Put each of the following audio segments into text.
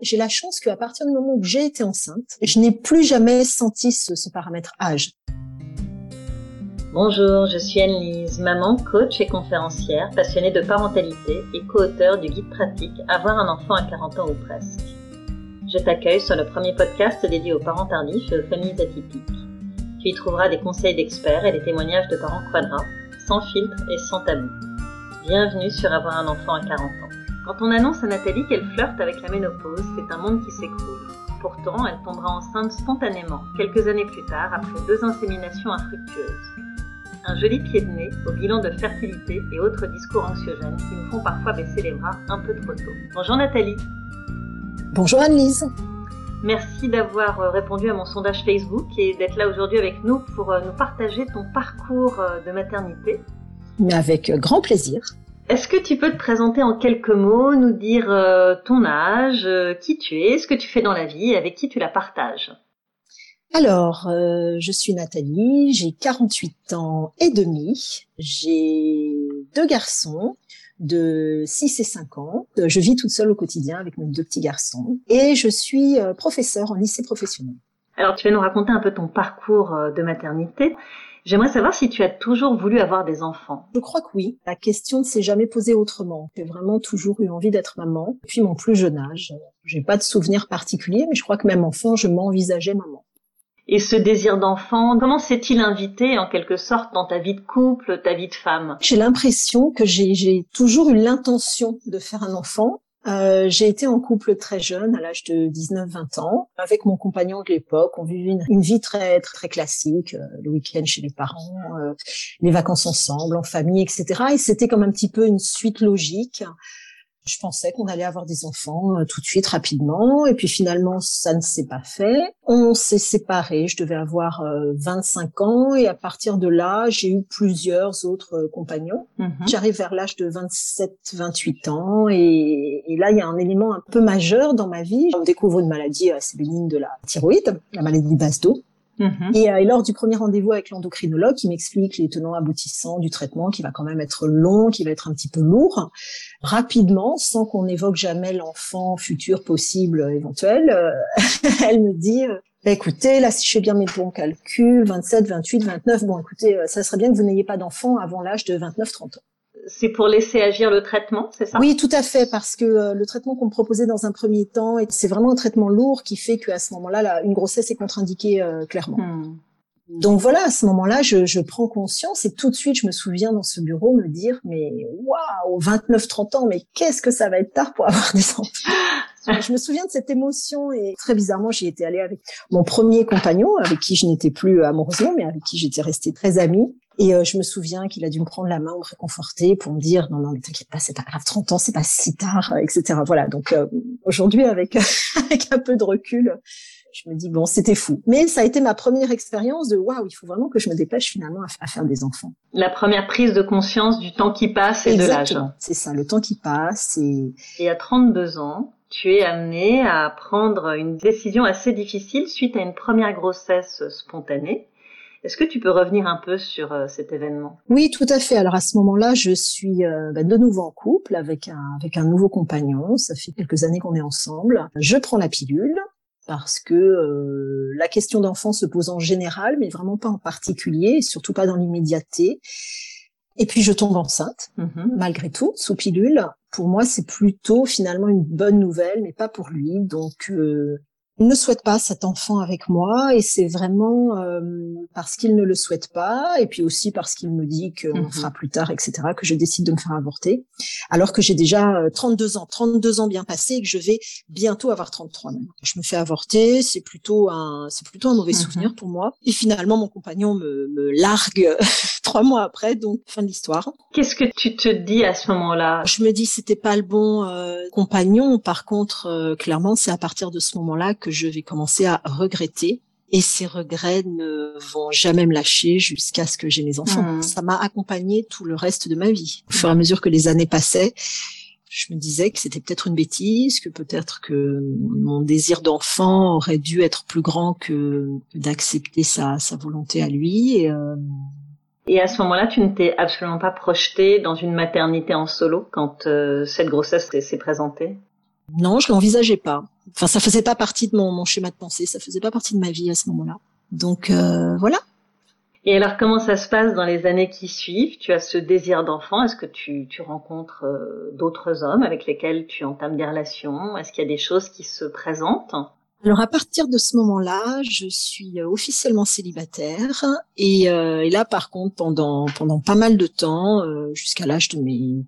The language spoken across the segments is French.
J'ai la chance qu'à partir du moment où j'ai été enceinte, je n'ai plus jamais senti ce paramètre âge. Bonjour, je suis Anne-Lise, maman, coach et conférencière, passionnée de parentalité et co-auteure du guide pratique Avoir un enfant à 40 ans ou presque. Je t'accueille sur le premier podcast dédié aux parents tardifs et aux familles atypiques. Tu y trouveras des conseils d'experts et des témoignages de parents quadras, sans filtre et sans tabou. Bienvenue sur Avoir un enfant à 40 ans. Quand on annonce à Nathalie qu'elle flirte avec la ménopause, c'est un monde qui s'écroule. Pourtant, elle tombera enceinte spontanément, quelques années plus tard, après 2 inséminations infructueuses. Un joli pied de nez au bilan de fertilité et autres discours anxiogènes qui nous font parfois baisser les bras un peu trop tôt. Bonjour Nathalie. Bonjour Anne-Lise. Merci d'avoir répondu à mon sondage Facebook et d'être là aujourd'hui avec nous pour nous partager ton parcours de maternité. Mais avec grand plaisir. Est-ce que tu peux te présenter en quelques mots, nous dire ton âge, qui tu es, ce que tu fais dans la vie et avec qui tu la partages ? Alors, je suis Nathalie, j'ai 48 ans et demi, j'ai 2 garçons de 6 et 5 ans. Je vis toute seule au quotidien avec mes 2 petits garçons et je suis professeure en lycée professionnel. Alors, tu vas nous raconter un peu ton parcours de maternité. J'aimerais savoir si tu as toujours voulu avoir des enfants. Je crois que oui. La question ne s'est jamais posée autrement. J'ai vraiment toujours eu envie d'être maman. Depuis mon plus jeune âge, j'ai pas de souvenir particulier, mais je crois que même enfant, je m'envisageais maman. Et ce désir d'enfant, comment s'est-il invité en quelque sorte dans ta vie de couple, ta vie de femme ? J'ai l'impression que j'ai toujours eu l'intention de faire un enfant. J'ai été en couple très jeune, à l'âge de 19-20 ans, avec mon compagnon de l'époque. On vivait une vie très très classique, le week-end chez les parents, les vacances ensemble, en famille, etc. Et c'était comme un petit peu une suite logique. Je pensais qu'on allait avoir des enfants tout de suite, rapidement, et puis finalement, ça ne s'est pas fait. On s'est séparés, je devais avoir 25 ans, et à partir de là, j'ai eu plusieurs autres compagnons. J'arrive vers l'âge de 27-28 ans, et là, il y a un élément un peu majeur dans ma vie. On découvre une maladie assez bénigne de la thyroïde, la maladie basse d'eau. Et lors du premier rendez-vous avec l'endocrinologue, il m'explique les tenants aboutissants du traitement qui va quand même être long, qui va être un petit peu lourd. Rapidement, sans qu'on évoque jamais l'enfant futur possible éventuel, elle me dit écoutez, là si je fais bien mes bons calculs, 27, 28, 29, bon écoutez, ça serait bien que vous n'ayez pas d'enfant avant l'âge de 29-30 ans. C'est pour laisser agir le traitement, c'est ça ? Oui, tout à fait, parce que le traitement qu'on me proposait dans un premier temps, c'est vraiment un traitement lourd qui fait qu'à ce moment-là, une grossesse est contre-indiquée clairement. Donc voilà, à ce moment-là, je prends conscience et tout de suite, je me souviens dans ce bureau me dire, mais waouh, 29-30 ans, mais qu'est-ce que ça va être tard pour avoir des enfants. Je me souviens de cette émotion et très bizarrement, j'y étais allée avec mon premier compagnon, avec qui je n'étais plus amoureusement, mais avec qui j'étais restée très amie. Et je me souviens qu'il a dû me prendre la main, me réconforter pour me dire non, mais t'inquiète pas, c'est pas grave, 30 ans, c'est pas si tard, etc. Voilà, donc aujourd'hui, avec un peu de recul, je me dis bon, c'était fou. Mais ça a été ma première expérience de waouh, il faut vraiment que je me dépêche finalement à faire des enfants. La première prise de conscience du temps qui passe et Exactement. de l'âge. C'est ça, le temps qui passe. Et à 32 ans, tu es amenée à prendre une décision assez difficile suite à une première grossesse spontanée. Est-ce que tu peux revenir un peu sur cet événement ? Oui, tout à fait. Alors à ce moment-là, je suis de nouveau en couple avec un nouveau compagnon. Ça fait quelques années qu'on est ensemble. Je prends la pilule parce que la question d'enfant se pose en général, mais vraiment pas en particulier, et surtout pas dans l'immédiateté. Et puis je tombe enceinte, malgré tout, sous pilule. Pour moi, c'est plutôt finalement une bonne nouvelle, mais pas pour lui. Donc il ne souhaite pas cet enfant avec moi et c'est vraiment parce qu'il ne le souhaite pas et puis aussi parce qu'il me dit qu'on en fera plus tard, etc., que je décide de me faire avorter alors que j'ai déjà 32 ans bien passés et que je vais bientôt avoir 33 même. Je me fais avorter, c'est plutôt un mauvais souvenir pour moi et finalement mon compagnon me largue 3 mois après, donc fin de l'histoire. Qu'est-ce que tu te dis à ce moment-là ? Je me dis c'était pas le bon compagnon. Par contre, clairement, c'est à partir de ce moment-là que je vais commencer à regretter. Et ces regrets ne vont jamais me lâcher jusqu'à ce que j'ai mes enfants. Ça m'a accompagnée tout le reste de ma vie. Au fur et à mesure que les années passaient, je me disais que c'était peut-être une bêtise, que peut-être que mon désir d'enfant aurait dû être plus grand que d'accepter sa volonté à lui. Et à ce moment-là, tu ne t'es absolument pas projetée dans une maternité en solo quand cette grossesse s'est présentée ? Non, je l'envisageais pas. Enfin, ça faisait pas partie de mon schéma de pensée, ça faisait pas partie de ma vie à ce moment-là. Donc voilà. Et alors, comment ça se passe dans les années qui suivent? Tu as ce désir d'enfant. Est-ce que tu rencontres d'autres hommes avec lesquels tu entames des relations? Est-ce qu'il y a des choses qui se présentent? Alors à partir de ce moment-là, je suis officiellement célibataire et là par contre pendant pas mal de temps, jusqu'à l'âge de mes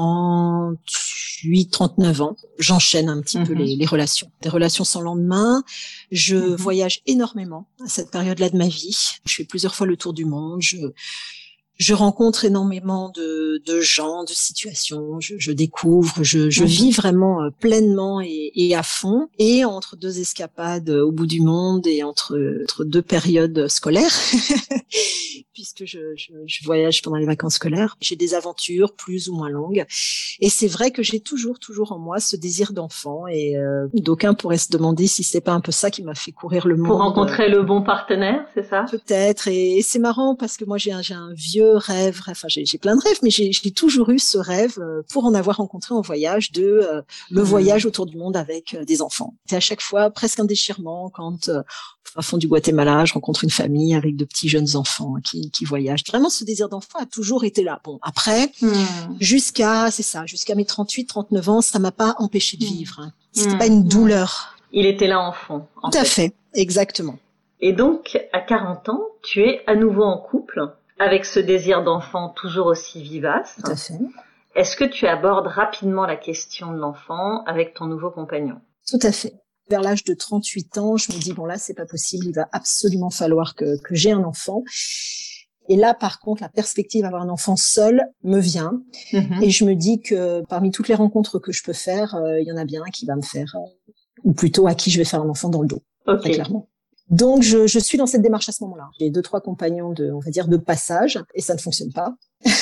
38, 39 ans, j'enchaîne un petit peu les relations. Des relations sans lendemain. Je voyage énormément à cette période-là de ma vie. Je fais plusieurs fois le tour du monde. Je rencontre énormément de gens, de situations, je découvre, je vis vraiment pleinement et à fond. Et entre deux escapades au bout du monde et entre deux périodes scolaires, puisque je voyage pendant les vacances scolaires, j'ai des aventures plus ou moins longues. Et c'est vrai que j'ai toujours en moi ce désir d'enfant. Et d'aucuns pourraient se demander si c'est pas un peu ça qui m'a fait courir le monde. Pour rencontrer le bon partenaire, c'est ça? Peut-être. Et c'est marrant parce que moi j'ai un vieux rêve, enfin j'ai plein de rêves, mais j'ai toujours eu ce rêve pour en avoir rencontré en voyage le voyage autour du monde avec des enfants. C'est à chaque fois presque un déchirement quand au fond du Guatemala, je rencontre une famille avec de petits jeunes enfants qui voyagent. Vraiment, ce désir d'enfant a toujours été là. Bon, après, jusqu'à mes 38, 39 ans, ça m'a pas empêché de vivre. Hein. C'était pas une douleur. Il était là en fond. Tout à fait, exactement. Et donc, à 40 ans, tu es à nouveau en couple, avec ce désir d'enfant toujours aussi vivace. Tout à fait. Est-ce que tu abordes rapidement la question de l'enfant avec ton nouveau compagnon? Tout à fait. Vers l'âge de 38 ans, je me dis, bon là, c'est pas possible, il va absolument falloir que j'ai un enfant. Et là, par contre, la perspective d'avoir un enfant seul me vient. Et je me dis que parmi toutes les rencontres que je peux faire, il y en a bien un qui va me faire, ou plutôt à qui je vais faire un enfant dans le dos, très clairement. Donc, je suis dans cette démarche à ce moment-là. J'ai 2-3 compagnons de passage, et ça ne fonctionne pas.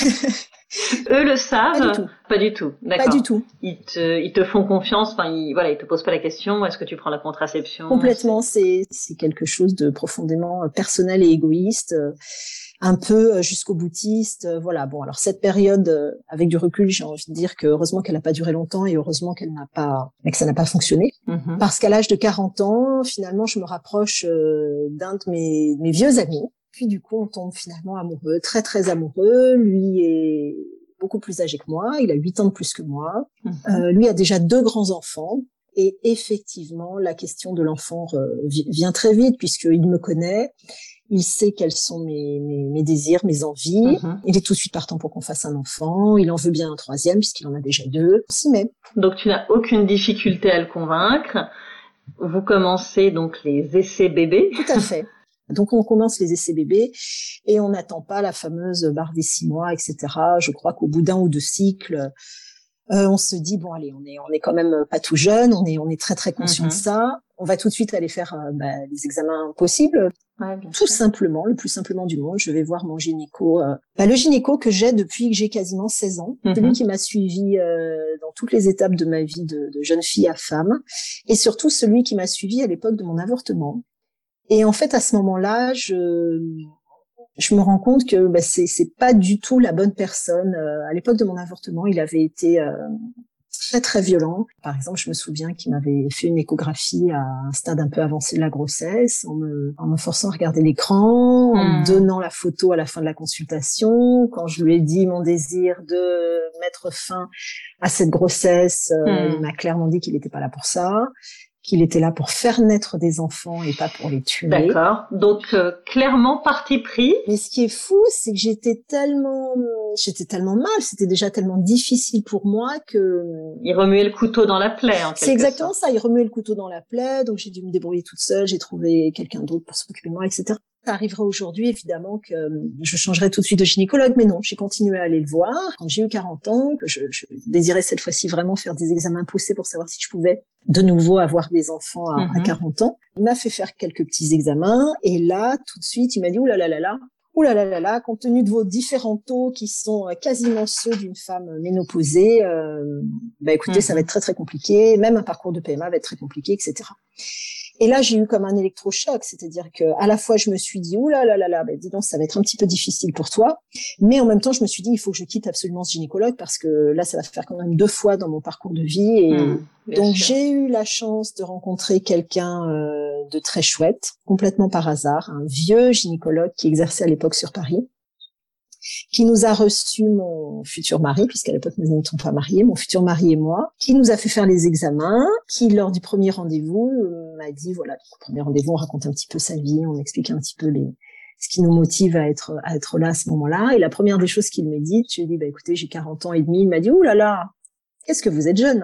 Eux le savent? Pas du tout. Pas du tout. D'accord. Pas du tout. Ils te font confiance. Enfin, ils te posent pas la question. Est-ce que tu prends la contraception? Complètement. C'est quelque chose de profondément personnel et égoïste. Un peu jusqu'au boutiste, voilà. Bon, alors cette période, avec du recul, j'ai envie de dire que heureusement qu'elle n'a pas duré longtemps et heureusement que ça n'a pas fonctionné. Parce qu'à l'âge de 40 ans, finalement, je me rapproche d'un de mes vieux amis. Puis du coup, on tombe finalement amoureux, très très amoureux. Lui est beaucoup plus âgé que moi, il a 8 ans de plus que moi. Lui a déjà 2 grands-enfants. Et effectivement, la question de l'enfant vient très vite puisqu'il me connaît. Il sait quels sont mes désirs, mes envies. Il est tout de suite partant pour qu'on fasse un enfant. Il en veut bien un 3e puisqu'il en a déjà 2. On s'y met. Donc tu n'as aucune difficulté à le convaincre. Vous commencez donc les essais bébés. Tout à fait. Donc on commence les essais bébés et on n'attend pas la fameuse barre des 6 mois, etc. Je crois qu'au bout d'1 ou 2 cycles, on se dit bon allez, on est quand même pas tout jeune, on est très très conscient de ça. On va tout de suite aller faire les examens possibles. Ouais, tout simplement, le plus simplement du monde. Je vais voir mon gynéco, le gynéco que j'ai depuis que j'ai quasiment 16 ans. Celui qui m'a suivi dans toutes les étapes de ma vie de jeune fille à femme, et surtout celui qui m'a suivi à l'époque de mon avortement. Et en fait, à ce moment-là, je me rends compte que c'est pas du tout la bonne personne. À l'époque de mon avortement, il avait été très très violent. Par exemple, je me souviens qu'il m'avait fait une échographie à un stade un peu avancé de la grossesse, en me forçant à regarder l'écran, en me donnant la photo à la fin de la consultation. Quand je lui ai dit mon désir de mettre fin à cette grossesse, il m'a clairement dit qu'il n'était pas là pour ça, qu'il était là pour faire naître des enfants et pas pour les tuer. D'accord. Donc clairement parti pris. Mais ce qui est fou, c'est que j'étais tellement mal, c'était déjà tellement difficile pour moi que il remuait le couteau dans la plaie. C'est exactement ça, il remuait le couteau dans la plaie, donc j'ai dû me débrouiller toute seule, j'ai trouvé quelqu'un d'autre pour s'occuper de moi, etc. Ça arriverait aujourd'hui, évidemment, que je changerais tout de suite de gynécologue, mais non, j'ai continué à aller le voir. Quand j'ai eu 40 ans, que je désirais cette fois-ci vraiment faire des examens poussés pour savoir si je pouvais de nouveau avoir des enfants à 40 ans. Il m'a fait faire quelques petits examens, et là, tout de suite, il m'a dit, ouh là là là là, ouh là là là là, compte tenu de vos différents taux qui sont quasiment ceux d'une femme ménopausée, écoutez, ça va être très très compliqué, même un parcours de PMA va être très compliqué, etc. Et là, j'ai eu comme un électrochoc, c'est-à-dire que à la fois je me suis dit ouh là là là là, dis donc ça va être un petit peu difficile pour toi, mais en même temps je me suis dit il faut que je quitte absolument ce gynécologue parce que là ça va faire quand même 2 fois dans mon parcours de vie et donc j'ai eu la chance de rencontrer quelqu'un de très chouette, complètement par hasard, un vieux gynécologue qui exerçait à l'époque sur Paris, qui nous a reçu mon futur mari, puisqu'à l'époque nous n'étions pas mariés, mon futur mari et moi, qui nous a fait faire les examens, qui lors du premier rendez-vous m'a dit voilà, au premier rendez-vous on raconte un petit peu sa vie, on explique un petit peu ce qui nous motive à être là à ce moment-là. Et la première des choses qu'il m'a dit, je lui ai dit écoutez, j'ai 40 ans et demi, il m'a dit ouh là là, qu'est-ce que vous êtes jeune.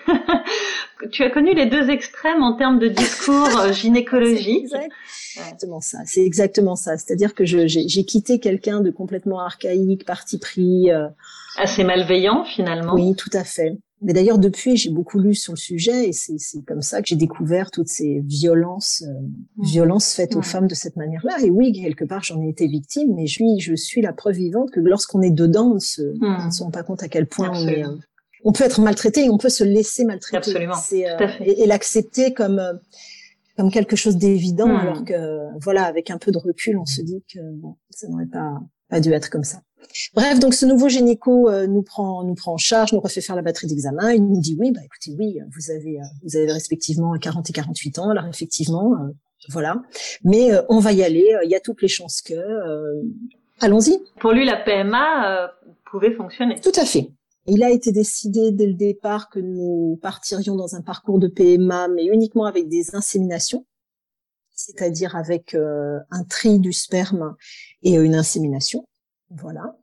Tu as connu les 2 extrêmes en termes de discours gynécologique. C'est exactement ça. C'est-à-dire que j'ai quitté quelqu'un de complètement archaïque, parti pris. Assez malveillant, finalement. Oui, tout à fait. Mais d'ailleurs, depuis, j'ai beaucoup lu sur le sujet et c'est comme ça que j'ai découvert toutes ces violences faites aux femmes de cette manière-là. Et oui, quelque part, j'en ai été victime, mais je suis la preuve vivante que lorsqu'on est dedans, on ne se rend pas compte à quel point on peut être maltraité et on peut se laisser maltraiter. Absolument. Tout à fait. Et l'accepter comme quelque chose d'évident, alors que, voilà, avec un peu de recul, on se dit que, bon, ça n'aurait pas dû être comme ça. Bref, donc, ce nouveau gynéco, nous prend en charge, nous refait faire la batterie d'examen. Il nous dit, oui, écoutez, oui, vous avez respectivement 40 et 48 ans. Alors, effectivement, voilà. Mais, on va y aller. Il y a toutes les chances que, allons-y. Pour lui, la PMA, pouvait fonctionner. Tout à fait. Il a été décidé dès le départ que nous partirions dans un parcours de PMA, mais uniquement avec des inséminations, c'est-à-dire avec un tri du sperme et une insémination. Voilà.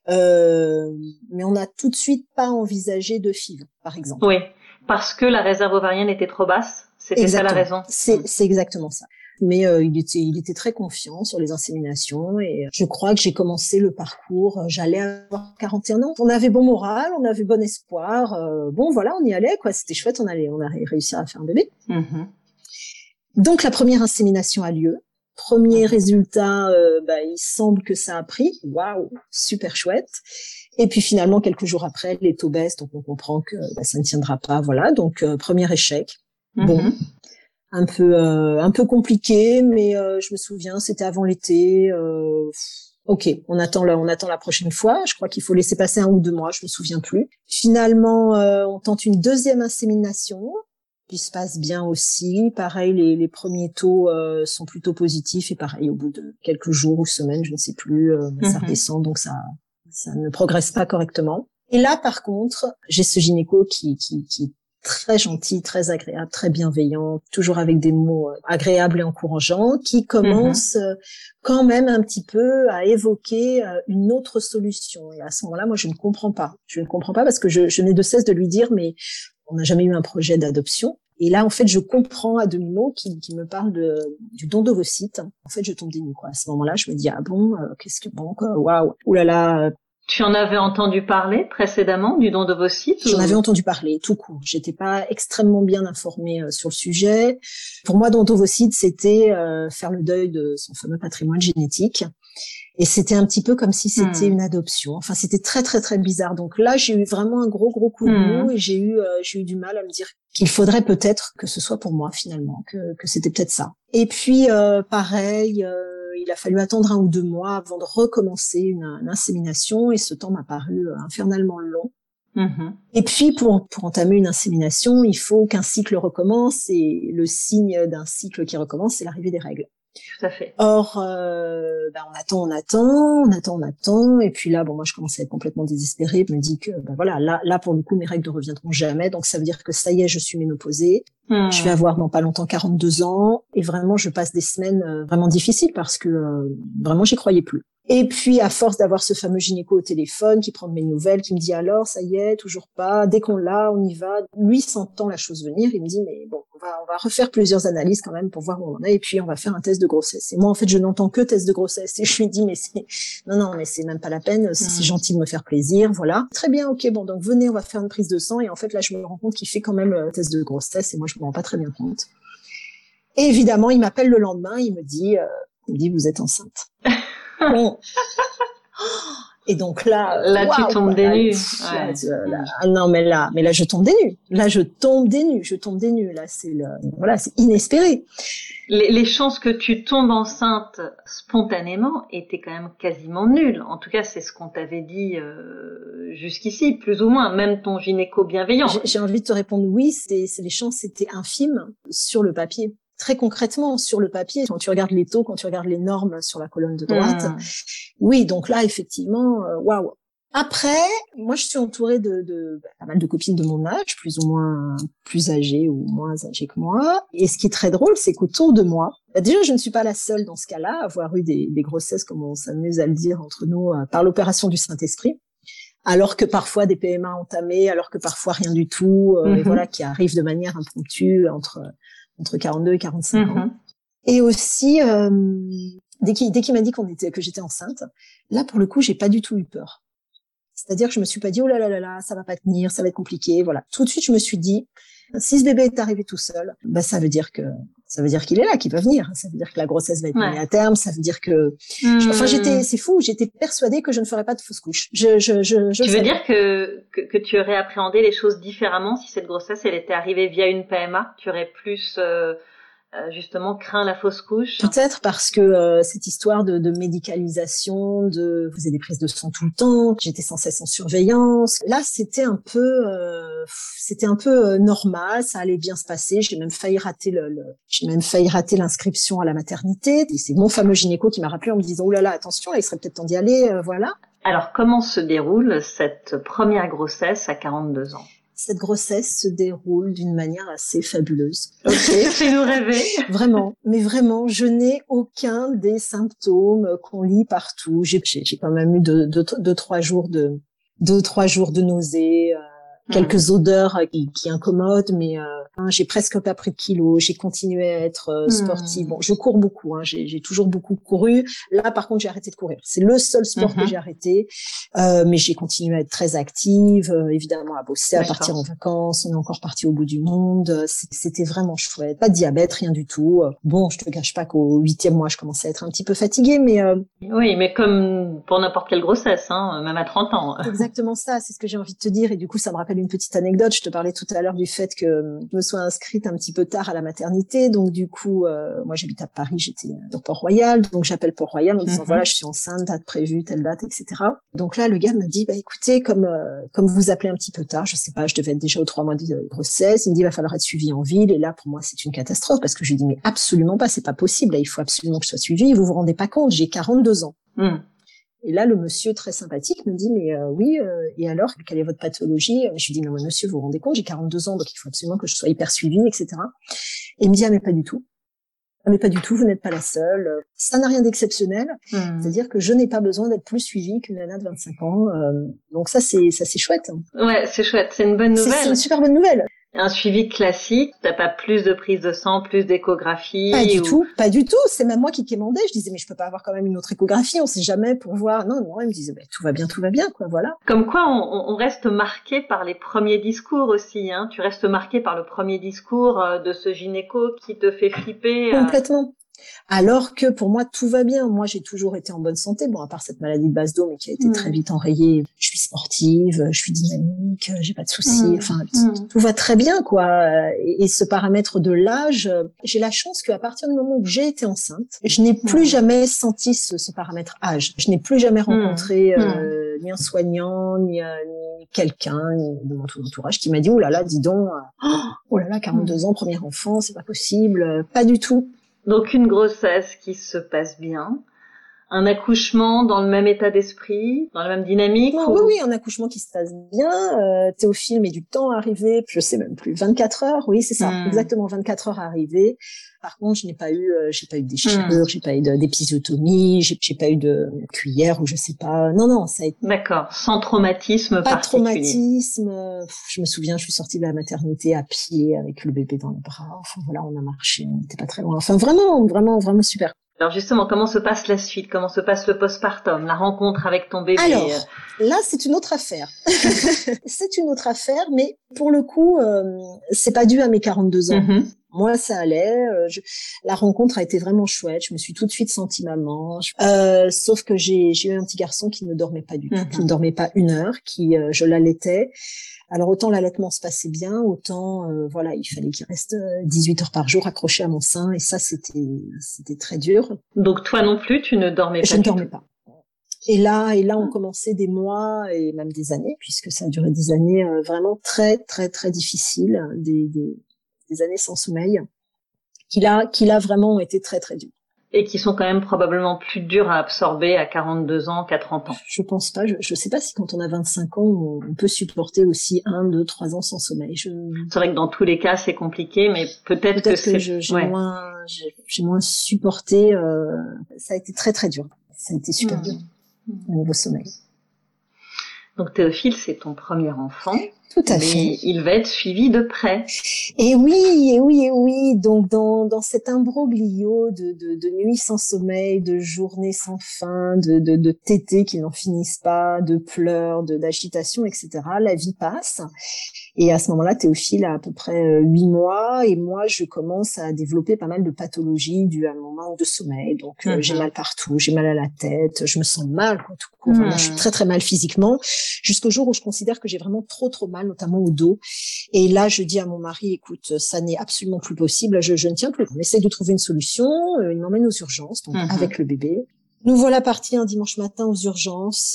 Mais on n'a tout de suite pas envisagé de FIV, par exemple. Oui, parce que la réserve ovarienne était trop basse. C'était ça la raison. C'est exactement ça. Mais il était très confiant sur les inséminations et je crois que j'ai commencé le parcours, j'allais avoir 41 ans. On avait bon moral, on avait bon espoir. Bon voilà, on y allait quoi, c'était chouette, on a réussi à faire un bébé. Donc la première insémination a lieu. Premier résultat, il semble que ça a pris. Waouh, super chouette. Et puis finalement quelques jours après, les taux baissent, donc on comprend que ça ne tiendra pas. Voilà, donc premier échec. Bon. Un peu compliqué, mais je me souviens, c'était avant l'été. Ok, on attend la prochaine fois. Je crois qu'il faut laisser passer 1 ou 2 mois, je me souviens plus. Finalement, on tente une deuxième insémination, qui se passe bien aussi. Pareil, les premiers taux sont plutôt positifs et pareil, au bout de quelques jours ou semaines, je ne sais plus, ça redescend, donc ça ne progresse pas correctement. Et là, par contre, j'ai ce gynéco qui très gentil, très agréable, très bienveillant, toujours avec des mots agréables et encourageants, qui commence quand même un petit peu à évoquer une autre solution. Et à ce moment-là, moi, je ne comprends pas. Je ne comprends pas parce que je n'ai de cesse de lui dire, mais on n'a jamais eu un projet d'adoption. Et là, en fait, je comprends à demi-mot qu'il me parle du don d'ovocytes. En fait, je tombe des nues, quoi. À ce moment-là, je me dis, ah bon, qu'est-ce que bon, quoi, waouh, oulala. Tu en avais entendu parler précédemment du don d'ovocytes? J'en avais entendu parler, tout court. J'étais pas extrêmement bien informée sur le sujet. Pour moi, don d'ovocytes, c'était faire le deuil de son fameux patrimoine génétique. Et c'était un petit peu comme si c'était une adoption. Enfin, c'était très, très, très bizarre. Donc là, j'ai eu vraiment un gros coup de mou et j'ai eu du mal à me dire qu'il faudrait peut-être que ce soit pour moi, finalement, que c'était peut-être ça. Et puis, pareil, il a fallu attendre 1 ou 2 mois avant de recommencer une insémination et ce temps m'a paru infernalement long. Et puis, pour entamer une insémination, il faut qu'un cycle recommence et le signe d'un cycle qui recommence, c'est l'arrivée des règles. Tout à fait. Or, on attend, et puis là, bon, moi, je commence à être complètement désespérée. Je me dis que, voilà, là, pour le coup, mes règles ne reviendront jamais, donc ça veut dire que ça y est, je suis ménopausée. Je vais avoir dans pas longtemps 42 ans, et vraiment, je passe des semaines vraiment difficiles parce que vraiment, j'y croyais plus. Et puis, à force d'avoir ce fameux gynéco au téléphone qui prend de mes nouvelles, qui me dit alors, ça y est, toujours pas, dès qu'on l'a, on y va. Lui, sentant la chose venir, il me dit, mais bon, on va refaire plusieurs analyses quand même pour voir où on en est, et puis on va faire un test de grossesse. Et moi, en fait, je n'entends que test de grossesse. Et je lui dis, mais non, mais c'est même pas la peine, c'est gentil de me faire plaisir, voilà. Très bien, ok, bon, donc venez, on va faire une prise de sang. Et en fait, là, je me rends compte qu'il fait quand même le test de grossesse, et moi, je me rends pas très bien compte. Et évidemment, il m'appelle le lendemain, il me dit, vous êtes enceinte. Bon. Et donc là, tu tombes des nues. Non, mais là, je tombe des nues. Là, je tombe des nues. Là, c'est inespéré. Les chances que tu tombes enceinte spontanément étaient quand même quasiment nulles. En tout cas, c'est ce qu'on t'avait dit jusqu'ici, plus ou moins. Même ton gynéco bienveillant. J'ai envie de te répondre oui. Les chances étaient infimes sur le papier. Très concrètement, sur le papier, quand tu regardes les taux, quand tu regardes les normes sur la colonne de droite, oui, donc là, effectivement, waouh. Après, moi, je suis entourée de pas mal de copines de mon âge, plus ou moins plus âgées ou moins âgées que moi. Et ce qui est très drôle, c'est qu'autour de moi, déjà, je ne suis pas la seule dans ce cas-là à avoir eu des grossesses, comme on s'amuse à le dire entre nous, par l'opération du Saint-Esprit. Alors que parfois des PMA entamés, alors que parfois rien du tout, et voilà, qui arrivent de manière impromptue entre 42 et 45 ans. Et aussi, dès qu'il m'a dit que j'étais enceinte, là, pour le coup, j'ai pas du tout eu peur. C'est-à-dire que je me suis pas dit, oh là là là là, ça va pas tenir, ça va être compliqué, voilà. Tout de suite, je me suis dit, si ce bébé est arrivé tout seul, bah, ça veut dire qu'il est là, qu'il va venir. Ça veut dire que la grossesse va être menée à terme. Ça veut dire que, c'est fou, j'étais persuadée que je ne ferais pas de fausse couche. Tu veux dire que tu aurais appréhendé les choses différemment si cette grossesse, elle était arrivée via une PMA? Tu aurais plus, justement craint la fausse couche? Peut-être parce que cette histoire de médicalisation, je faisais des prises de sang tout le temps, j'étais sans cesse en surveillance. Là, c'était un peu normal, ça allait bien se passer. J'ai même failli rater l'inscription à la maternité. Et c'est mon fameux gynéco qui m'a rappelé en me disant, oh là là, attention, là, il serait peut-être temps d'y aller, voilà. Alors, comment se déroule cette première grossesse à 42 ans? Cette grossesse se déroule d'une manière assez fabuleuse. Ok, fais-nous rêver. Vraiment, mais vraiment, je n'ai aucun des symptômes qu'on lit partout. J'ai quand même eu deux, 3 jours de nausées, quelques odeurs qui incommodent, mais j'ai presque pas pris de kilos. J'ai continué à être sportive. Bon, je cours beaucoup, j'ai toujours beaucoup couru. Là, par contre, j'ai arrêté de courir. C'est le seul sport que j'ai arrêté, mais j'ai continué à être très active, évidemment à bosser, à partir en vacances. On est encore parti au bout du monde. C'était vraiment chouette. Pas de diabète, rien du tout. Bon, je te cache pas qu'au 8e mois, je commençais à être un petit peu fatiguée, mais oui, mais comme pour n'importe quelle grossesse, même à 30 ans. Exactement ça, c'est ce que j'ai envie de te dire. Et du coup, ça me rappelle une petite anecdote. Je te parlais tout à l'heure du fait que je me sois inscrite un petit peu tard à la maternité. Donc du coup, moi j'habite à Paris, j'étais sur Port-Royal. Donc j'appelle Port-Royal en disant voilà, je suis enceinte, date prévue, telle date, etc. Donc là, le gars m'a dit, bah écoutez, comme vous appelez un petit peu tard, je sais pas, je devais être déjà aux 3 mois de grossesse. Il me dit, il va falloir être suivi en ville. Et là, pour moi, c'est une catastrophe parce que je lui dis, mais absolument pas, c'est pas possible. Là, il faut absolument que je sois suivie. Vous vous rendez pas compte, j'ai 42 ans. Et là, le monsieur très sympathique me dit, mais oui, et alors, quelle est votre pathologie? Je lui dis, non, mais monsieur, vous vous rendez compte, j'ai 42 ans, donc il faut absolument que je sois hyper suivie, etc. Et il me dit, ah, mais pas du tout. Ah, mais pas du tout, vous n'êtes pas la seule. Ça n'a rien d'exceptionnel. C'est-à-dire que je n'ai pas besoin d'être plus suivie qu'une nana de 25 ans. Donc ça, c'est chouette. Ouais, c'est chouette. C'est une bonne nouvelle. C'est une super bonne nouvelle. Un suivi classique, t'as pas plus de prise de sang, plus d'échographie? Pas du tout. C'est même moi qui quémandais. Je disais, mais je peux pas avoir quand même une autre échographie, on sait jamais pour voir. Non, il me disait, tout va bien, quoi, voilà. Comme quoi, on reste marqué par les premiers discours aussi, hein. Tu restes marqué par le premier discours de ce gynéco qui te fait flipper. Complètement. Alors que pour moi, tout va bien. Moi, j'ai toujours été en bonne santé. Bon, à part cette maladie de base d'eau, mais qui a été très vite enrayée. Je suis sportive, je suis dynamique, j'ai pas de soucis. Enfin, tout va très bien, quoi. Et ce paramètre de l'âge, j'ai la chance qu'à partir du moment où j'ai été enceinte, je n'ai plus jamais senti ce paramètre âge. Je n'ai plus jamais rencontré ni un soignant, ni quelqu'un de mon entourage qui m'a dit, oh là là, dis donc, 42 ans, premier enfant, c'est pas possible. Pas du tout. Donc une grossesse qui se passe bien, un accouchement dans le même état d'esprit, dans la même dynamique. Oui, un accouchement qui se passe bien. Théophile met du temps à arriver, je sais même plus, 24 heures. Oui, c'est ça, exactement 24 heures à arriver. Par contre, j'ai pas eu de déchirure, j'ai pas eu d'épisiotomie, j'ai pas eu de cuillère ou je sais pas. Non, ça a été. D'accord, sans traumatisme particulier. Pas de traumatisme. Je me souviens, je suis sortie de la maternité à pied avec le bébé dans les bras. Enfin voilà, on a marché, on n'était pas très loin. Enfin vraiment super. Alors justement, comment se passe la suite? Comment se passe le postpartum, la rencontre avec ton bébé? Alors, là, c'est une autre affaire. C'est une autre affaire, mais pour le coup, c'est pas dû à mes 42 ans. Moi, ça allait. La rencontre a été vraiment chouette. Je me suis tout de suite sentie maman. Sauf que j'ai eu un petit garçon qui ne dormait pas du tout, qui ne dormait pas 1 heure, je l'allaitais. Alors autant l'allaitement se passait bien, autant voilà, il fallait qu'il reste 18 heures par jour accroché à mon sein, et ça c'était très dur. Donc toi non plus, tu ne dormais pas? Je ne dormais pas. Et là, on commençait des mois et même des années, puisque ça a duré des années vraiment très très très difficiles, des années sans sommeil, qui là vraiment été très très dures. Et qui sont quand même probablement plus durs à absorber à 42 ans qu'à 30 ans. Je pense pas. Je sais pas si quand on a 25 ans, on peut supporter aussi 1, 2, 3 ans sans sommeil. C'est vrai que dans tous les cas, c'est compliqué, mais peut-être que j'ai moins supporté. Ça a été très très dur. Ça a été super dur au niveau sommeil. Donc Théophile, c'est ton premier enfant. Tout à fait. Il va être suivi de près. Et oui. Donc, dans cet imbroglio de nuits sans sommeil, de journées sans fin, de tétés qui n'en finissent pas, de pleurs, d'agitation, etc., la vie passe. Et à ce moment-là, Théophile a à peu près 8 mois, et moi, je commence à développer pas mal de pathologies dues à mon manque de sommeil. Donc, j'ai mal partout, j'ai mal à la tête, je me sens mal, quoi, tout court. Vraiment, je suis très, très mal physiquement, jusqu'au jour où je considère que j'ai vraiment trop mal, notamment au dos. Et là, je dis à mon mari, écoute, ça n'est absolument plus possible, je ne tiens plus. On essaye de trouver une solution, il m'emmène aux urgences, donc avec le bébé. Nous voilà partis un dimanche matin aux urgences.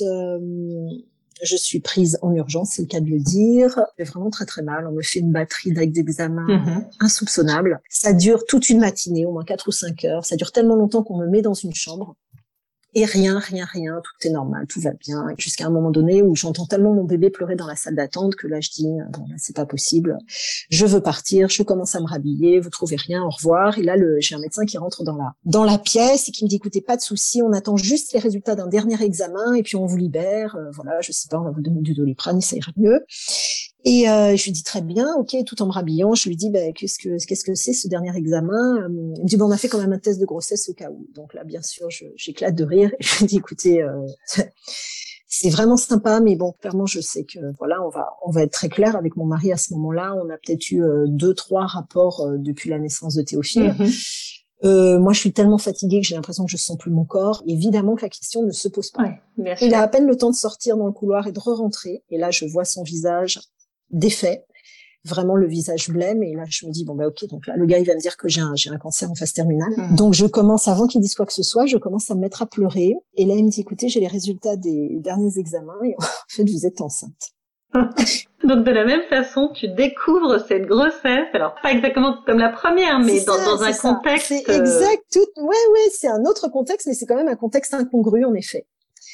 Je suis prise en urgence, c'est le cas de le dire. J'ai vraiment très très mal. On me fait une batterie d'examens insoupçonnables. Ça dure toute une matinée, au moins 4 ou 5 heures. Ça dure tellement longtemps qu'on me met dans une chambre. Et rien, tout est normal, tout va bien. Jusqu'à un moment donné où j'entends tellement mon bébé pleurer dans la salle d'attente que là je dis, bon, là, c'est pas possible. Je veux partir, je commence à me rhabiller, vous trouvez rien, au revoir. Et là, j'ai un médecin qui rentre dans la pièce et qui me dit, écoutez, pas de souci, on attend juste les résultats d'un dernier examen et puis on vous libère. Voilà, je sais pas, on va vous donner du Doliprane, ça ira mieux. Et je lui dis très bien, ok, tout en me rhabillant, je lui dis qu'est-ce que c'est ce dernier examen. Il me dit on a fait quand même un test de grossesse au cas où. Donc là, bien sûr, j'éclate de rire. Et je lui dis écoutez, c'est vraiment sympa, mais bon, clairement, je sais que voilà, on va être très clair avec mon mari à ce moment-là. On a peut-être eu 2-3 rapports depuis la naissance de Théophile. Moi, je suis tellement fatiguée que j'ai l'impression que je sens plus mon corps. Évidemment que la question ne se pose pas. Il a à peine le temps de sortir dans le couloir et de re-rentrer. Et là, je vois son visage défait, vraiment le visage blême, et là je me dis bon ok, donc là le gars il va me dire que j'ai un cancer en phase terminale. Donc je commence, avant qu'il dise quoi que ce soit, je commence à me mettre à pleurer, et là il me dit écoutez, j'ai les résultats des derniers examens et en fait vous êtes enceinte. Donc de la même façon, tu découvres cette grossesse, alors pas exactement comme la première, mais dans un contexte. C'est exact, c'est un autre contexte, mais c'est quand même un contexte incongru en effet.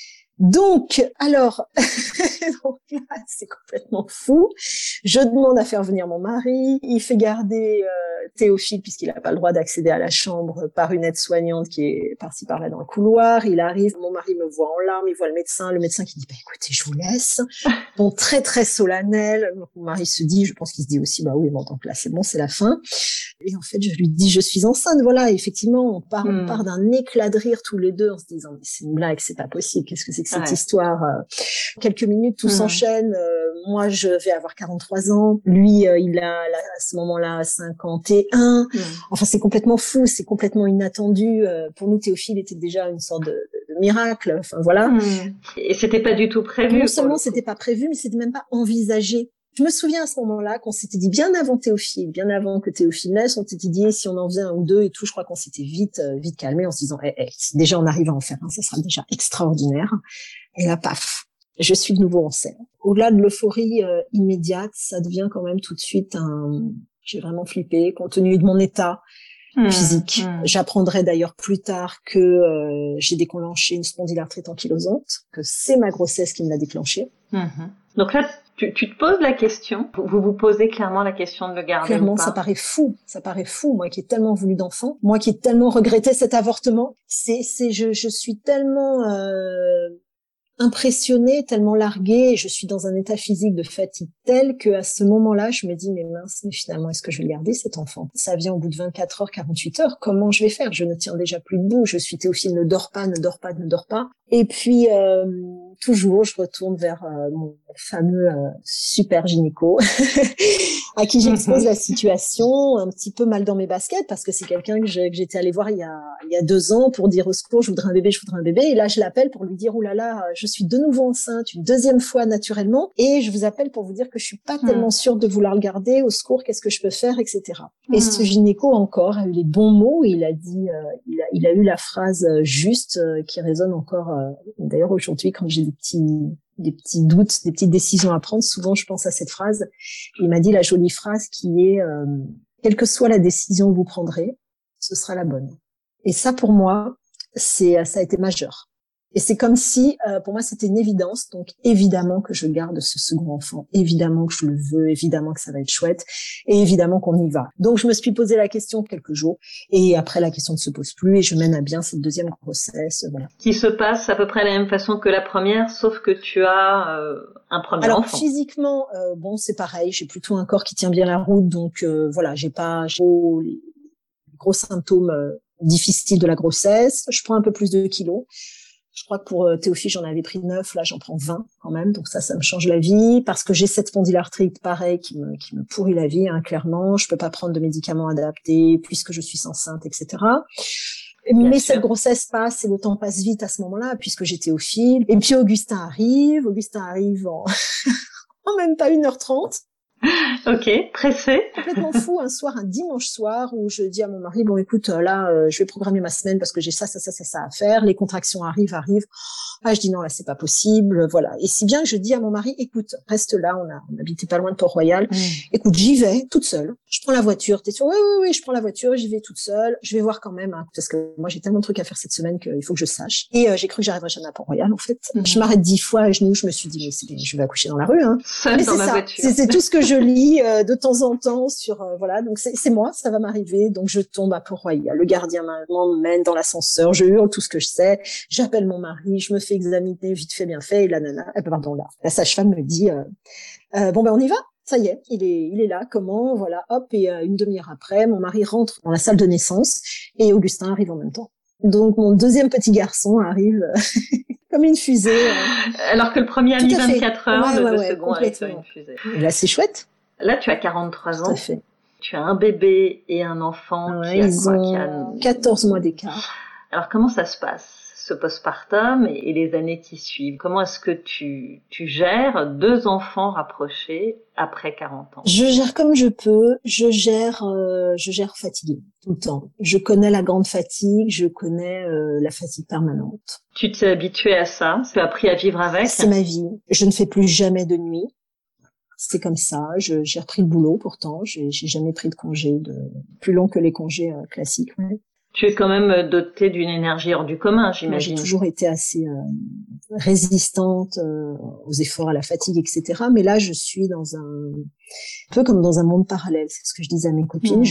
Donc, alors, donc là, c'est complètement fou. Je demande à faire venir mon mari. Il fait garder Théophile, puisqu'il n'a pas le droit d'accéder à la chambre, par une aide-soignante qui est par-ci par-là dans le couloir. Il arrive, mon mari me voit en larmes, il voit le médecin qui dit écoutez, je vous laisse. Donc très très solennel. Mon mari se dit, je pense qu'il se dit aussi oui, bon, donc là c'est bon, c'est la fin. Et en fait, je lui dis, je suis enceinte, voilà. Et effectivement, on part d'un éclat de rire tous les deux en se disant, mais c'est une blague, c'est pas possible. Qu'est-ce que c'est que cette histoire? Quelques minutes, tout s'enchaîne. Moi, je vais avoir 43 ans. Lui, il a à ce moment-là 51. Enfin, c'est complètement fou, c'est complètement inattendu. Pour nous, Théophile était déjà une sorte de miracle. Enfin, voilà. Et c'était pas du tout prévu. Non seulement c'était pas prévu, mais c'était même pas envisagé. Je me souviens à ce moment-là qu'on s'était dit bien avant Théophile, bien avant que Théophile naisse, on s'était dit si on en faisait 1 ou 2 et tout, je crois qu'on s'était vite calmé en se disant si déjà on arrive à en faire un, ça sera déjà extraordinaire. Et là, paf, je suis de nouveau enceinte. Au-delà de l'euphorie immédiate, ça devient quand même tout de suite j'ai vraiment flippé compte tenu de mon état physique. J'apprendrai d'ailleurs plus tard que j'ai déclenché une spondylarthrite ankylosante, que c'est ma grossesse qui me l'a déclenchée. Donc là, tu te poses la question, vous posez clairement la question de le garder. Clairement, ou pas. ça paraît fou, moi qui ai tellement voulu d'enfants, moi qui ai tellement regretté cet avortement, je suis tellement impressionnée, tellement larguée, et je suis dans un état physique de fatigue tel que à ce moment-là, je me dis mais mince, mais finalement est-ce que je vais le garder cet enfant? Ça vient au bout de 24 heures, 48 heures, comment je vais faire? Je ne tiens déjà plus debout, je suis Théophile, ne dors pas. Et puis, toujours, je retourne vers mon fameux super gynéco à qui j'expose la situation, un petit peu mal dans mes baskets, parce que c'est quelqu'un que j'étais allée voir il y a 2 ans pour dire au secours, je voudrais un bébé, je voudrais un bébé. Et là, je l'appelle pour lui dire, oh là là, je suis de nouveau enceinte, une 2e fois naturellement, et je vous appelle pour vous dire que je suis pas tellement sûre de vouloir le garder, au secours, qu'est-ce que je peux faire, etc. Et ce gynéco encore a eu les bons mots, il a dit, il a eu la phrase juste qui résonne encore. D'ailleurs, aujourd'hui, quand j'ai des petits doutes, des petites décisions à prendre, souvent je pense à cette phrase. Il m'a dit la jolie phrase qui est quelle que soit la décision que vous prendrez, ce sera la bonne. Et ça, pour moi, ça a été majeur. Et c'est comme si, pour moi, c'était une évidence. Donc, évidemment que je garde ce second enfant. Évidemment que je le veux. Évidemment que ça va être chouette. Et évidemment qu'on y va. Donc, je me suis posé la question quelques jours. Et après, la question ne se pose plus. Et je mène à bien cette 2e grossesse. Voilà. Qui se passe à peu près de la même façon que la première, sauf que tu as un premier enfant. Alors, physiquement, bon, c'est pareil. J'ai plutôt un corps qui tient bien la route. Donc, voilà, j'ai les gros symptômes difficiles de la grossesse. Je prends un peu plus de kilos. Je crois que pour Théophile, j'en avais pris 9, là j'en prends 20 quand même, donc ça me change la vie, parce que j'ai cette spondylarthrite, pareil, qui me pourrit la vie, hein, clairement. Je peux pas prendre de médicaments adaptés, puisque je suis enceinte, etc. Mais cette grossesse passe et le temps passe vite à ce moment-là, puisque j'ai Théophile. Et puis Augustin arrive en, en même pas 1h30. Ok, pressé. Complètement fou, un dimanche soir où je dis à mon mari, bon écoute, là, je vais programmer ma semaine parce que j'ai ça à faire, les contractions arrivent. Ah, je dis non, là, c'est pas possible, voilà. Et si bien que je dis à mon mari, écoute, reste là, on habitait pas loin de Port-Royal, écoute, j'y vais, toute seule. Je prends la voiture, t'es sûr? Oui, je prends la voiture, j'y vais toute seule. Je vais voir quand même, hein, parce que moi, j'ai tellement de trucs à faire cette semaine qu'il faut que je sache. Et j'ai cru que j'arriverais jamais à Port-Royal, en fait. Je m'arrête 10 fois à genoux, je me suis dit, mais c'est bien, je vais accoucher dans la rue, hein. Seule dans ma voiture. C'est tout ce que je lis de temps en temps sur voilà, donc c'est moi, ça va m'arriver. Donc je tombe à Port-Royal, le gardien m'emmène dans l'ascenseur, je hurle tout ce que je sais, j'appelle mon mari, je me fais examiner vite fait bien fait, et la sage-femme me dit bon ben on y va. Ça y est, il est là, comment, voilà, hop, et une demi-heure après, mon mari rentre dans la salle de naissance et Augustin arrive en même temps. Donc mon 2e petit garçon arrive comme une fusée. Alors que le premier a mis 24 heures, le second arrive comme une fusée. Et là, c'est chouette. Là, tu as 43 ans. Tout à fait. Tu as un bébé et un enfant qui a 14 mois d'écart. Alors, comment ça se passe, ce postpartum et les années qui suivent? Comment est-ce que tu gères 2 enfants rapprochés après 40 ans? Je gère comme je peux. Je gère fatiguée tout le temps. Je connais la grande fatigue, je connais la fatigue permanente. Tu t'es habituée à ça? Tu as appris à vivre avec? C'est ma vie. Je ne fais plus jamais de nuit. C'est comme ça. J'ai repris le boulot pourtant. J'ai jamais pris de congé plus long que les congés classiques. Ouais. Tu es quand même dotée d'une énergie hors du commun, j'imagine. J'ai toujours été assez résistante aux efforts, à la fatigue, etc. Mais là, je suis un peu comme dans un monde parallèle. C'est ce que je disais à mes copines.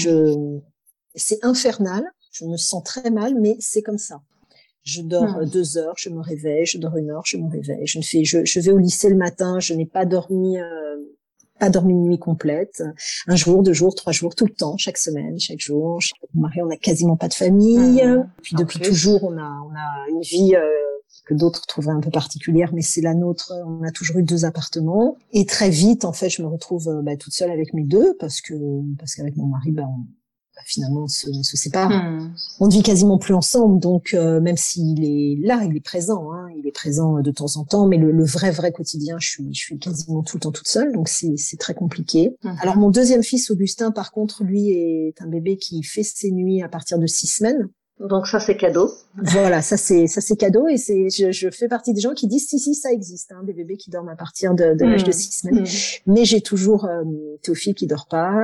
C'est infernal. Je me sens très mal, mais c'est comme ça. Je dors 2 heures, je me réveille. Je dors 1 heure, je me réveille. Je vais au lycée le matin. Je n'ai pas dormi une nuit complète. 1 jour, 2 jours, 3 jours, tout le temps, chaque semaine, chaque jour. Chez mon mari, on n'a quasiment pas de famille. Puis depuis toujours, on a une vie que d'autres trouvent un peu particulière, mais c'est la nôtre. On a toujours eu 2 appartements. Et très vite, en fait, je me retrouve toute seule avec mes 2 parce qu'avec mon mari, finalement, on se sépare. On ne vit quasiment plus ensemble, donc même s'il est là, il est présent, hein, il est présent de temps en temps, mais le vrai quotidien, je suis quasiment tout le temps toute seule, donc c'est très compliqué. Alors mon 2e fils, Augustin, par contre, lui est un bébé qui fait ses nuits à partir de 6 semaines. Donc ça c'est cadeau. Voilà, ça c'est cadeau, et je fais partie des gens qui disent si ça existe, hein, des bébés qui dorment à partir de l'âge de 6 semaines. Mais j'ai toujours Théophile qui dort pas,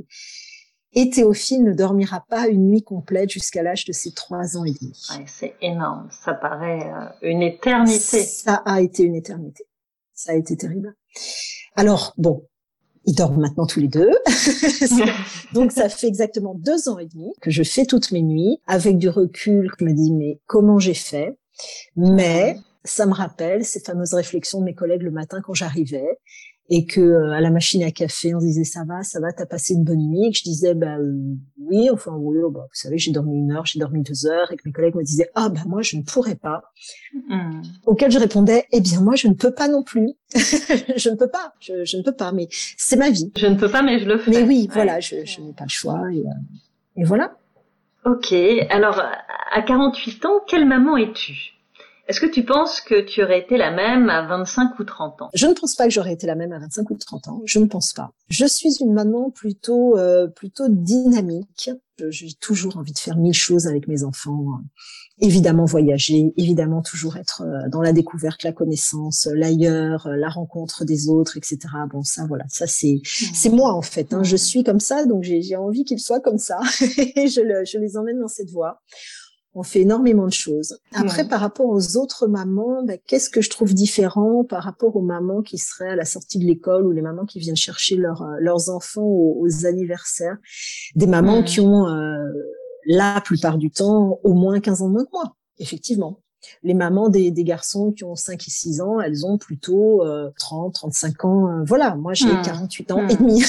et Théophile ne dormira pas une nuit complète jusqu'à l'âge de ses 3 ans et demi. Ouais, c'est énorme. Ça paraît une éternité. Ça a été une éternité. Ça a été terrible. Alors, bon, ils dorment maintenant tous les 2. Donc, ça fait exactement 2 ans et demi que je fais toutes mes nuits. Avec du recul, je me dis, mais comment j'ai fait? Mais ça me rappelle ces fameuses réflexions de mes collègues le matin quand j'arrivais. et que à la machine à café on se disait ça va, t'as passé une bonne nuit, et que je disais oui, enfin oui, vous savez, j'ai dormi 1 heure, j'ai dormi 2 heures, et que mes collègues me disaient moi je ne pourrais pas. Auquel je répondais eh bien moi je ne peux pas non plus. Je ne peux pas, je ne peux pas, mais c'est ma vie. Je ne peux pas, mais je le fais. Mais oui, voilà, je n'ai pas le choix, et voilà. Ok, alors à 48 ans, quelle maman es-tu ? Est-ce que tu penses que tu aurais été la même à 25 ou 30 ans ? Je ne pense pas que j'aurais été la même à 25 ou 30 ans. Je ne pense pas. Je suis une maman plutôt dynamique. J'ai toujours envie de faire 1000 choses avec mes enfants. Évidemment voyager, évidemment toujours être dans la découverte, la connaissance, l'ailleurs, la rencontre des autres, etc. Bon, ça, voilà, ça c'est moi en fait. Hein. Je suis comme ça, donc j'ai envie qu'ils soient comme ça. Et je les emmène dans cette voie. On fait énormément de choses. Après, par rapport aux autres mamans, qu'est-ce que je trouve différent par rapport aux mamans qui seraient à la sortie de l'école ou les mamans qui viennent chercher leurs enfants aux anniversaires, des mamans qui ont la plupart du temps au moins 15 ans de moins que moi, effectivement. Les mamans des garçons qui ont 5 et 6 ans, elles ont plutôt 30, 35 ans. Voilà, moi j'ai 48 ans et demi.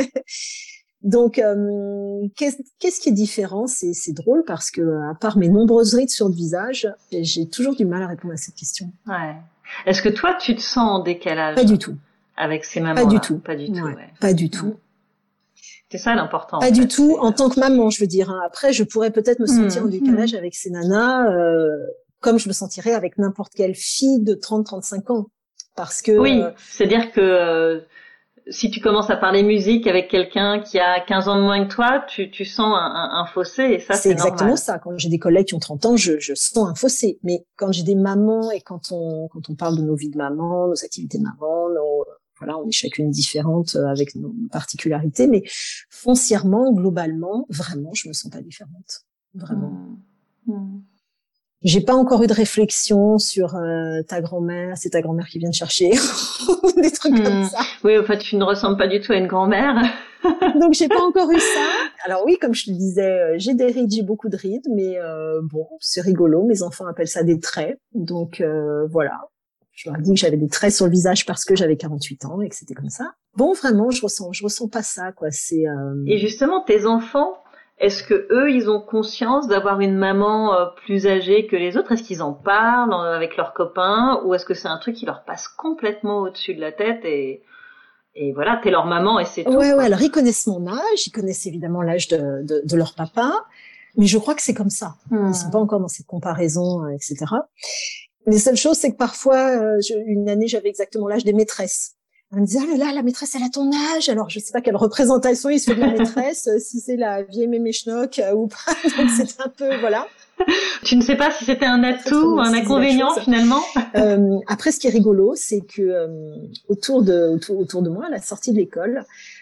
Donc, qu'est-ce qui est différent ? C'est drôle parce que, à part mes nombreuses rides sur le visage, j'ai toujours du mal à répondre à cette question. Ouais. Est-ce que toi, tu te sens en décalage ? Pas du tout. Avec ces mamans-là ? Pas du tout. Pas du tout, ouais. Pas du tout. C'est ça l'important. Pas du tout, en tant que maman, je veux dire. Hein. Après, je pourrais peut-être me sentir en décalage avec ces nanas, comme je me sentirais avec n'importe quelle fille de 30-35 ans. Parce que... Oui, c'est-à-dire que... si tu commences à parler musique avec quelqu'un qui a 15 ans de moins que toi, tu sens un fossé, et ça, c'est normal. exactement ça. Quand j'ai des collègues qui ont 30 ans, je sens un fossé. Mais quand j'ai des mamans et quand on parle de nos vies de maman, nos activités de maman, voilà, on est chacune différente avec nos particularités, mais foncièrement, globalement, vraiment, je me sens pas différente. Vraiment. J'ai pas encore eu de réflexion sur ta grand-mère, c'est ta grand-mère qui vient te chercher, des trucs comme ça. Oui, en fait, tu ne ressembles pas du tout à une grand-mère. Donc, j'ai pas encore eu ça. Alors oui, comme je te disais, j'ai des rides, j'ai beaucoup de rides, mais bon, c'est rigolo. Mes enfants appellent ça des traits. Donc, voilà. Je leur ai dit que j'avais des traits sur le visage parce que j'avais 48 ans et que c'était comme ça. Bon, vraiment, je ressens pas ça, quoi. C'est. Et justement, tes enfants, est-ce que eux, ils ont conscience d'avoir une maman plus âgée que les autres ? Est-ce qu'ils en parlent avec leurs copains, ou est-ce que c'est un truc qui leur passe complètement au-dessus de la tête et voilà, t'es leur maman et c'est tout. Ouais. Alors ils connaissent mon âge, ils connaissent évidemment l'âge de leur papa, mais je crois que c'est comme ça. Ils sont pas encore dans cette comparaison, etc. Les seules choses, c'est que parfois, une année, j'avais exactement l'âge des maîtresses. On me disait, ah là là, la maîtresse, elle a ton âge. Alors, je sais pas quelle représentation il se fait de la maîtresse, si c'est la vieille mémé schnock ou pas. Donc, c'est un peu, voilà. Tu ne sais pas si c'était un atout ou un inconvénient, finalement? Après, ce qui est rigolo, c'est que, autour de moi, à la sortie de l'école,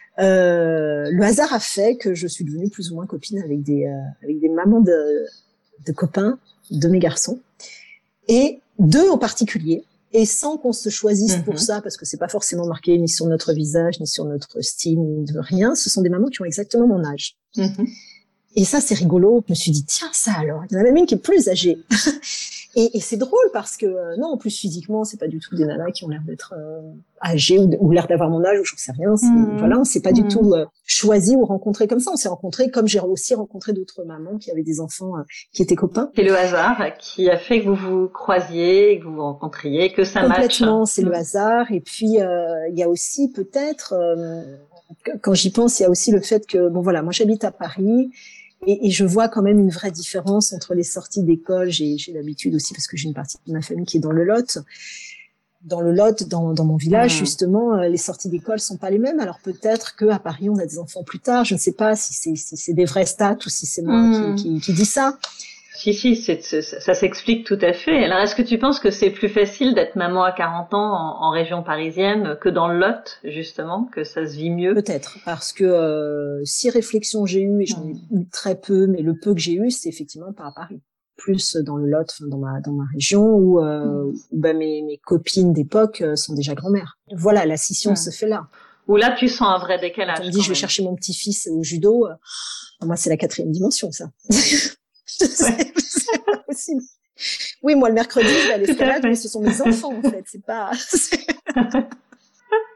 le hasard a fait que je suis devenue plus ou moins copine avec des mamans de copains de mes garçons. Et 2 en particulier, et sans qu'on se choisisse pour ça, parce que c'est pas forcément marqué ni sur notre visage, ni sur notre style, ni de rien. Ce sont des mamans qui ont exactement mon âge. Et ça, c'est rigolo. Je me suis dit, tiens, ça alors. Il y en a même une qui est plus âgée. Et c'est drôle parce que, non, en plus, physiquement, c'est pas du tout des nanas qui ont l'air d'être âgées ou l'air d'avoir mon âge, ou je sais rien. Voilà, on s'est pas du tout choisi ou rencontré comme ça. On s'est rencontrés comme j'ai aussi rencontré d'autres mamans qui avaient des enfants qui étaient copains. C'est le hasard qui a fait que vous vous croisiez, que vous vous rencontriez, que ça matche. Complètement, c'est le hasard. Et puis, il y a aussi peut-être, quand j'y pense, il y a aussi le fait que, bon voilà, moi j'habite à Paris. Et je vois quand même une vraie différence entre les sorties d'école. J'ai l'habitude aussi, parce que j'ai une partie de ma famille qui est dans le Lot. Dans le Lot, dans mon village, justement, les sorties d'école sont pas les mêmes. Alors peut-être qu'à Paris, on a des enfants plus tard. Je ne sais pas si c'est des vrais stats ou si c'est moi qui dis ça. Si, ça s'explique tout à fait. Alors, est-ce que tu penses que c'est plus facile d'être maman à 40 ans en région parisienne que dans le Lot, justement, que ça se vit mieux? Peut-être, parce que si réflexion j'ai eu, et j'en ai eu très peu, mais le peu que j'ai eu, c'est effectivement pas à Paris. Plus dans le Lot, dans ma région, où mes copines d'époque sont déjà grand-mères. Voilà, la scission se fait là. Où là, tu sens un vrai décalage. Quand on me dit, je vais chercher mon petit-fils au judo, moi, c'est la 4e dimension, ça. C'est pas possible. Oui, moi le mercredi je vais à l'escalade, mais ce sont mes enfants en fait, c'est pas.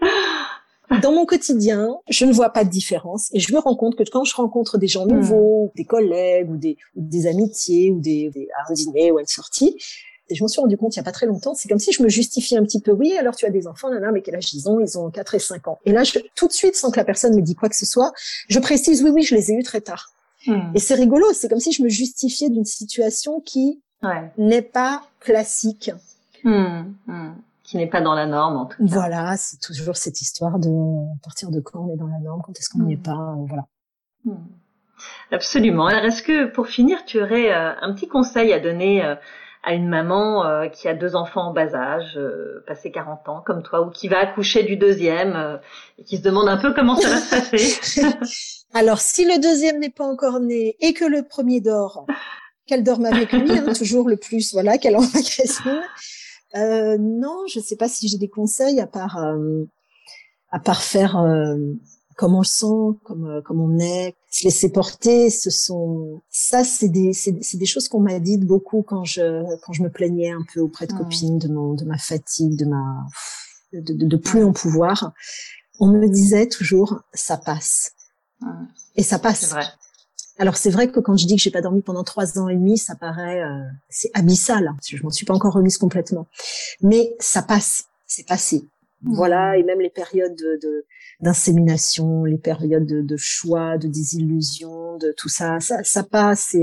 Dans mon quotidien, je ne vois pas de différence et je me rends compte que quand je rencontre des gens nouveaux, des collègues ou des amitiés ou à un dîner ou à une sortie, et je m'en suis rendu compte il y a pas très longtemps, c'est comme si je me justifiais un petit peu. Oui, alors tu as des enfants, mais quel âge ils ont? Ils ont 4 et 5 ans. Et là, tout de suite, sans que la personne me dise quoi que ce soit, je précise oui, je les ai eus très tard. Et c'est rigolo, c'est comme si je me justifiais d'une situation qui n'est pas classique. Qui n'est pas dans la norme, en tout cas. Voilà, c'est toujours cette histoire de à partir de quand on est dans la norme, quand est-ce qu'on n'y est pas, voilà. Absolument. Alors, est-ce que, pour finir, tu aurais un petit conseil à donner à une maman qui a 2 enfants en bas âge, passé 40 ans, comme toi, ou qui va accoucher du deuxième et qui se demande un peu comment ça va se passer? Alors, si le deuxième n'est pas encore né et que le premier dort, qu'elle dorme avec lui, toujours le plus, voilà, qu'elle emmagasine. Non, je sais pas si j'ai des conseils à part faire comme on le sent, comme on est, se laisser porter. C'est des choses qu'on m'a dites beaucoup quand je me plaignais un peu auprès de copines de ma fatigue, de plus en pouvoir. On me disait toujours ça passe. Et ça passe. C'est vrai. Alors c'est vrai que quand je dis que j'ai pas dormi pendant 3 ans et demi, ça paraît c'est abyssal. Je m'en suis pas encore remise complètement, mais ça passe, c'est passé. Voilà, et même les périodes d'insémination, les périodes de choix, de désillusion, de tout ça passe.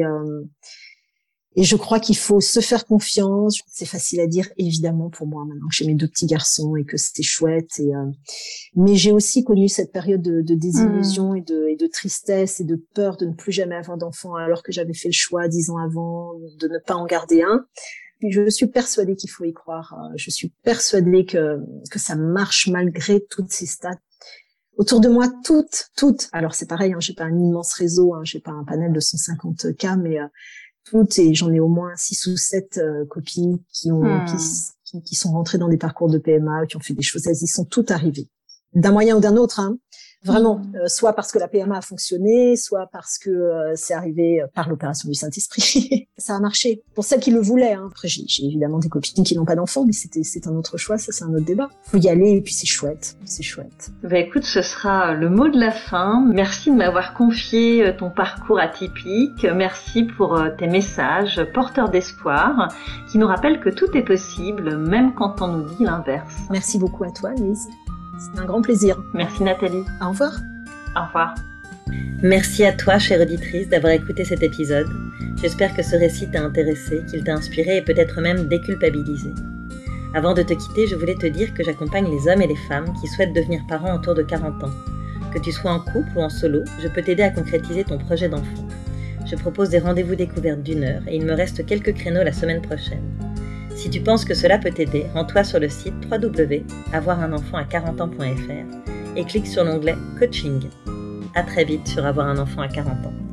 Et je crois qu'il faut se faire confiance. C'est facile à dire, évidemment, pour moi, maintenant que j'ai mes 2 petits garçons et que c'était chouette. Mais j'ai aussi connu cette période de désillusion et de tristesse et de peur de ne plus jamais avoir d'enfant, alors que j'avais fait le choix 10 ans avant de ne pas en garder un. Puis je suis persuadée qu'il faut y croire. Je suis persuadée que ça marche malgré toutes ces stats. Autour de moi, toutes. Alors c'est pareil, j'ai pas un immense réseau, j'ai pas un panel de 150 cas, mais toutes, et j'en ai au moins 6 ou 7 copines qui sont rentrées dans des parcours de PMA, qui ont fait des choses, elles y sont toutes arrivées. D'un moyen ou d'un autre, vraiment, soit parce que la PMA a fonctionné, soit parce que c'est arrivé par l'opération du Saint-Esprit. Ça a marché. Pour celles qui le voulaient, Après, j'ai évidemment des copines qui n'ont pas d'enfants, mais c'est un autre choix, ça c'est un autre débat. Faut y aller, et puis c'est chouette. Écoute, ce sera le mot de la fin. Merci de m'avoir confié ton parcours atypique. Merci pour tes messages porteurs d'espoir, qui nous rappellent que tout est possible, même quand on nous dit l'inverse. Merci beaucoup à toi, Lise. C'est un grand plaisir. Merci Nathalie. Au revoir. Au revoir. Merci à toi, chère auditrice, d'avoir écouté cet épisode. J'espère que ce récit t'a intéressé, qu'il t'a inspiré et peut-être même déculpabilisé. Avant de te quitter, je voulais te dire que j'accompagne les hommes et les femmes qui souhaitent devenir parents autour de 40 ans. Que tu sois en couple ou en solo, je peux t'aider à concrétiser ton projet d'enfant. Je propose des rendez-vous découvertes d'1 heure et il me reste quelques créneaux la semaine prochaine. Si tu penses que cela peut t'aider, rends-toi sur le site www.avoirurenfant40ans.fr et clique sur l'onglet Coaching. À très vite sur Avoir un enfant à 40 ans.